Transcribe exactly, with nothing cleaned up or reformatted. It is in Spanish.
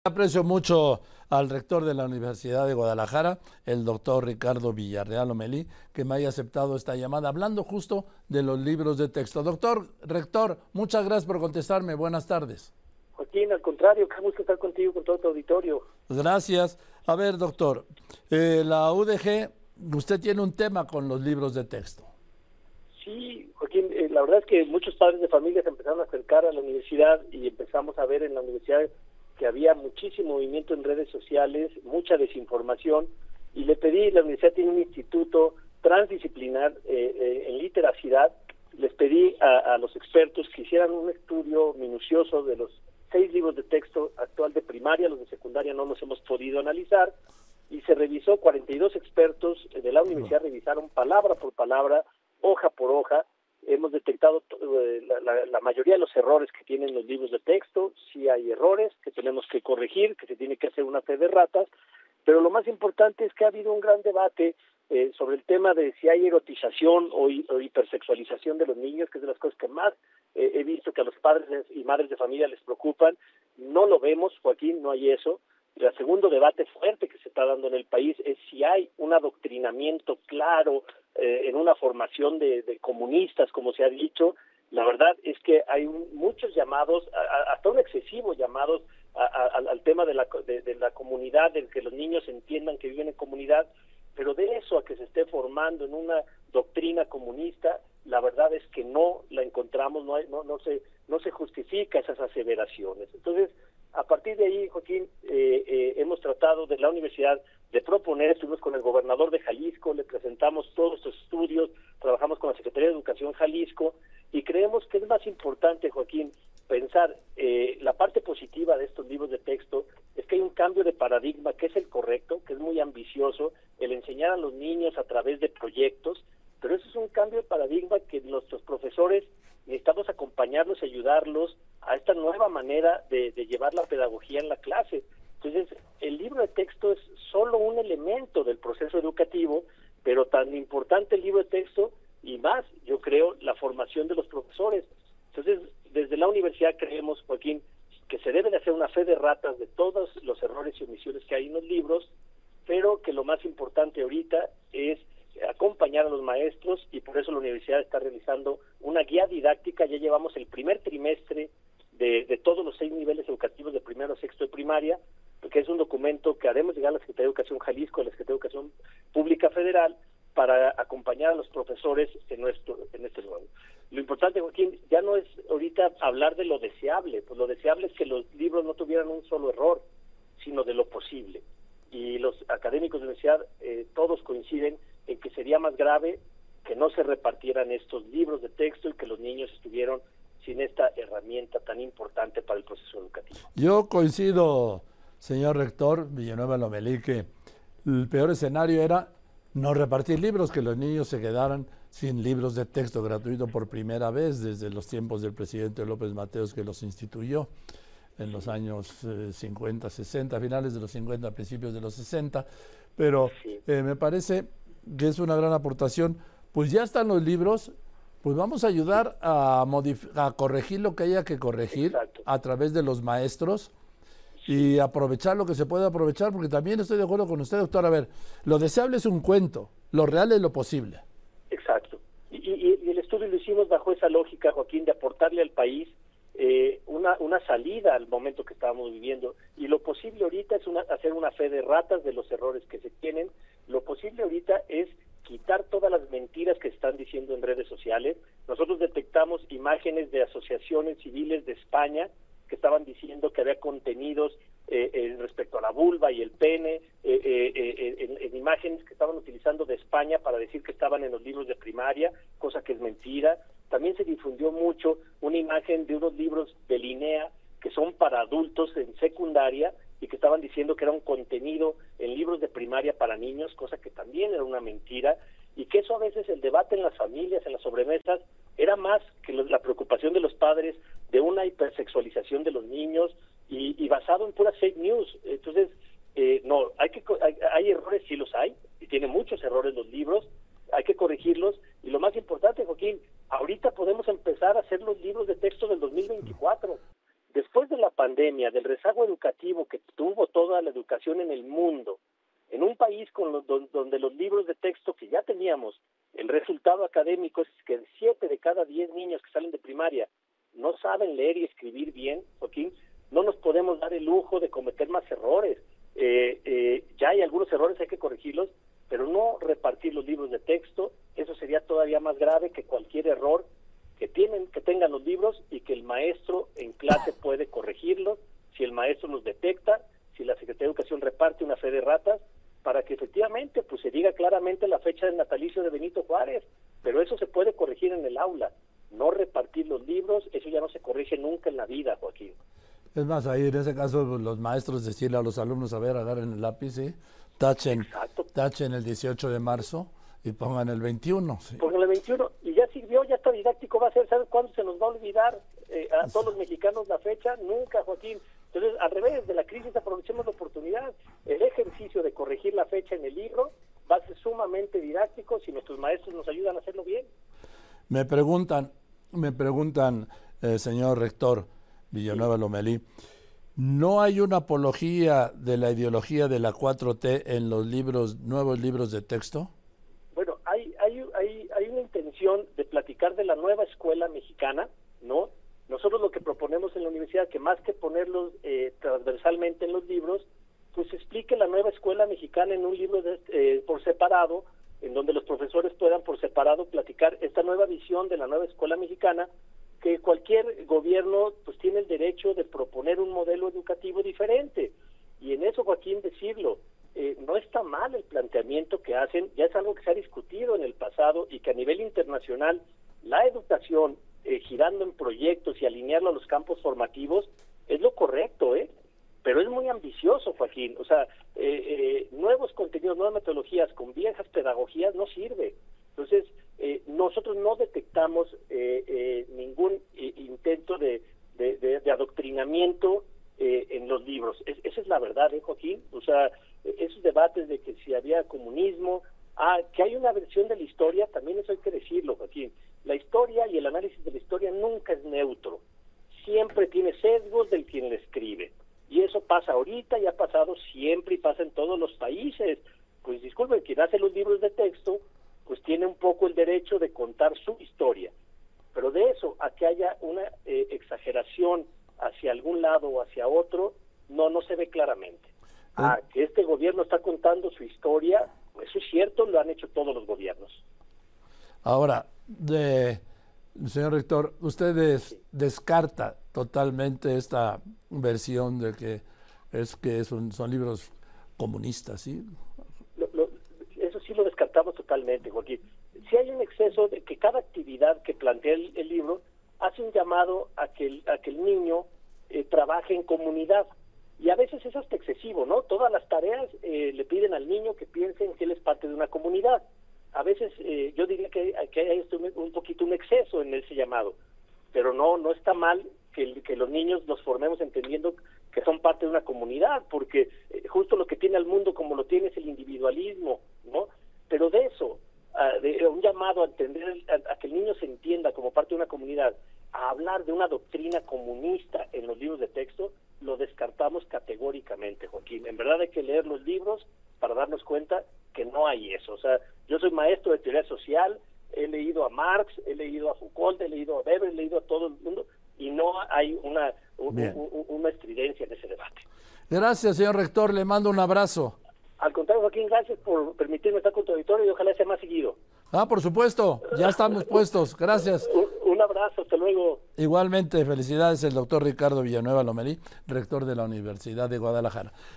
Aprecio mucho al rector de la Universidad de Guadalajara, el doctor Ricardo Villarreal Lomelí, que me haya aceptado esta llamada, hablando justo de los libros de texto. Doctor, rector, muchas gracias por contestarme. Buenas tardes. Joaquín, al contrario, qué gusto estar contigo, con todo tu auditorio. Gracias. A ver, doctor, eh, la U D G, usted tiene un tema con los libros de texto. Sí, Joaquín, eh, la verdad es que muchos padres de familia se empezaron a acercar a la universidad y empezamos a ver en la universidad que había muchísimo movimiento en redes sociales, mucha desinformación, y le pedí, la universidad tiene un instituto transdisciplinar eh, eh, en literacidad, les pedí a, a los expertos que hicieran un estudio minucioso de los seis libros de texto actual de primaria, los de secundaria no los hemos podido analizar, y se revisó, cuarenta y dos expertos de la universidad revisaron palabra por palabra, hoja por hoja. Hemos detectado eh, la, la, la mayoría de los errores que tienen los libros de texto. Sí hay errores que tenemos que corregir, que se tiene que hacer una fe de ratas, pero lo más importante es que ha habido un gran debate eh, sobre el tema de si hay erotización o, o hipersexualización de los niños, que es de las cosas que más eh, he visto que a los padres y madres de familia les preocupan. No lo vemos, Joaquín, no hay eso. El segundo debate fuerte que se está dando en el país es si hay un adoctrinamiento claro eh, en una formación de, de comunistas, como se ha dicho. La verdad es que hay un, muchos llamados, a, a, hasta un excesivo llamados a, a, al tema de la, de, de la comunidad, de que los niños entiendan que viven en comunidad, pero de eso a que se esté formando en una doctrina comunista, la verdad es que no la encontramos, no, hay, no, no, se, no se justifica esas aseveraciones. Entonces, a partir de ahí, Joaquín, eh, eh, hemos tratado de la universidad de proponer, estuvimos con el gobernador de Jalisco, le presentamos todos estos estudios, trabajamos con la Secretaría de Educación Jalisco y creemos que es más importante, Joaquín, pensar eh, la parte positiva de estos libros de texto es que hay un cambio de paradigma que es el correcto, que es muy ambicioso, el enseñar a los niños a través de proyectos, pero eso es un cambio de paradigma que nuestros profesores necesitamos acompañarlos y ayudarlos a esta nueva manera de, de llevar la pedagogía en la clase. Entonces, el libro de texto es solo un elemento del proceso educativo, pero tan importante el libro de texto y más, yo creo, la formación de los profesores. Entonces, desde la universidad creemos, Joaquín, que se debe de hacer una fe de ratas de todos los errores y omisiones que hay en los libros, pero que lo más importante ahorita es acompañar a los maestros y por eso la universidad está realizando una guía didáctica. Ya llevamos el primer trimestre de, de todos los seis niveles educativos de primero a sexto de primaria, porque es un documento que haremos llegar a la Secretaría de Educación Jalisco, a la Secretaría de Educación Pública Federal, para acompañar a los profesores en nuestro en este nuevo. Lo importante, Joaquín, ya no es ahorita hablar de lo deseable, pues lo deseable es que los libros no tuvieran un solo error, sino de lo posible. Y los académicos de la universidad, eh, todos coinciden en que sería más grave que no se repartieran estos libros de texto y que los niños estuvieran sin esta herramienta tan importante para el proceso educativo. Yo coincido, señor rector Villanueva Lomelí, que el peor escenario era no repartir libros, que los niños se quedaran sin libros de texto gratuito por primera vez desde los tiempos del presidente López Mateos, que los instituyó en los años eh, cincuenta, sesenta, finales de los cincuenta, principios de los sesenta, pero eh, me parece que es una gran aportación. Pues ya están los libros, pues vamos a ayudar a, a corregir lo que haya que corregir. Exacto. A través de los maestros y aprovechar lo que se puede aprovechar, porque también estoy de acuerdo con usted, doctor. A ver, lo deseable es un cuento, lo real es lo posible. Exacto. Y, y, y el estudio lo hicimos bajo esa lógica, Joaquín, de aportarle al país eh, una, una salida al momento que estábamos viviendo. Y lo posible ahorita es una, hacer una fe de ratas de los errores que se tienen. Lo posible ahorita es quitar todas las mentiras que están diciendo en redes sociales. Nosotros detectamos imágenes de asociaciones civiles de España que estaban diciendo que había contenidos eh, eh, respecto a la vulva y el pene, eh, eh, eh, en, en imágenes que estaban utilizando de España para decir que estaban en los libros de primaria, cosa que es mentira. También se difundió mucho una imagen de unos libros de Linnea que son para adultos en secundaria y que estaban diciendo que era un contenido en libros de primaria para niños, cosa que también era una mentira, y que eso a veces el debate en las familias, en las sobremesas, era más que la preocupación de los padres de una hipersexualización de los niños y, y basado en puras fake news. Entonces, eh, no, hay que hay, hay errores, sí los hay, y tiene muchos errores los libros, hay que corregirlos, y lo más importante, Joaquín, ahorita podemos empezar a hacer los libros de texto del dos mil veinticuatro. Después de la pandemia, del rezago educativo que tuvo toda la educación en el mundo, en un país con los, donde los libros de texto que ya teníamos, el resultado académico es que siete de cada diez niños que salen de primaria no saben leer y escribir bien, Joaquín, no nos podemos dar el lujo de cometer más errores. Eh, eh, ya hay algunos errores, hay que corregirlos, pero no repartir los libros de texto. Eso sería todavía más grave que cualquier error que tienen, que tengan los libros y que el maestro en clase puede corregirlos, si el maestro los detecta, si la Secretaría de Educación reparte una fe de ratas, para que efectivamente pues se diga claramente la fecha del natalicio de Benito Juárez, pero eso se puede corregir en el aula, no repartir los libros, eso ya no se corrige nunca en la vida, Joaquín. Es más, ahí en ese caso los maestros decirle a los alumnos, a ver, agarren el lápiz, ¿sí? tachen, tachen el dieciocho de marzo y pongan el veintiuno. ¿Sí? Pongan el veintiuno y ya sirvió, ya está didáctico, va a ser, ¿sabes cuándo se nos va a olvidar eh, a todos los mexicanos la fecha? Nunca, Joaquín. Entonces, al revés, de la crisis aprovechemos la oportunidad. El ejercicio de corregir la fecha en el libro va a ser sumamente didáctico si nuestros maestros nos ayudan a hacerlo bien. Me preguntan, me preguntan, eh, señor rector Villanueva Lomelí, ¿no hay una apología de la ideología de la cuatro T en los libros, nuevos libros de texto? Bueno, hay, hay, hay, hay una intención de platicar de la nueva escuela mexicana, ¿no? Nosotros lo que proponemos en la universidad, que más que ponerlos eh, transversalmente en los libros, pues se explique la nueva escuela mexicana en un libro de, eh, por separado, en donde los profesores puedan por separado platicar esta nueva visión de la nueva escuela mexicana, que cualquier gobierno pues tiene el derecho de proponer un modelo educativo diferente. Y en eso, Joaquín, decirlo, eh, no está mal el planteamiento que hacen, ya es algo que se ha discutido en el pasado y que a nivel internacional la educación eh, girando en proyectos y alinearlo a los campos formativos es lo correcto, ¿eh? Pero es muy ambicioso, Joaquín. O sea, eh, eh, nuevos contenidos, nuevas metodologías con viejas pedagogías no sirve. Entonces, eh, nosotros no detectamos eh, eh, ningún eh, intento de, de, de, de adoctrinamiento eh, en los libros. Es, esa es la verdad, ¿eh, Joaquín? O sea, esos debates de que si había comunismo, ah, que hay una versión de la historia, también eso hay que decirlo, Joaquín. La historia y el análisis de la historia nunca es neutro. Siempre tiene sesgos del quien la escribe. Y eso pasa ahorita y ha pasado siempre y pasa en todos los países. Pues disculpen, quien hace los libros de texto, pues tiene un poco el derecho de contar su historia. Pero de eso a que haya una eh, exageración hacia algún lado o hacia otro, no, no se ve claramente. Ah, que este gobierno está contando su historia, pues eso es cierto, lo han hecho todos los gobiernos. Ahora, de, señor rector, usted des, sí. descarta totalmente esta versión de que es que son, son libros comunistas, ¿sí? Lo, lo, eso sí lo descartamos totalmente, Joaquín. Si hay un exceso de que cada actividad que plantea el, el libro hace un llamado a que el, a que el niño eh, trabaje en comunidad. Y a veces es hasta excesivo, ¿no? Todas las tareas eh, le piden al niño que piensen que él es parte de una comunidad. A veces eh, yo diría que, que hay un, un poquito un exceso en ese llamado, pero no no está mal que, que los niños los formemos entendiendo que son parte de una comunidad, porque eh, justo lo que tiene al mundo como lo tiene es el individualismo, ¿no? Pero de eso, uh, de un llamado a entender, a, a que el niño se entienda como parte de una comunidad, a hablar de una doctrina comunista en los libros de texto, lo descartamos categóricamente, Joaquín. En verdad hay que leer los libros para darnos cuenta que no hay eso. O sea, yo soy maestro de teoría social, he leído a Marx, he leído a Foucault, he leído a Weber, he leído a todo el mundo, y no hay una, un, un, una estridencia en ese debate. Gracias, señor rector, le mando un abrazo. Al contrario, Joaquín, gracias por permitirme estar con tu auditorio y ojalá sea más seguido. Ah, por supuesto, ya estamos puestos. Gracias. Un, un abrazo, hasta luego. Igualmente, felicidades el doctor Ricardo Villanueva Lomelí, rector de la Universidad de Guadalajara.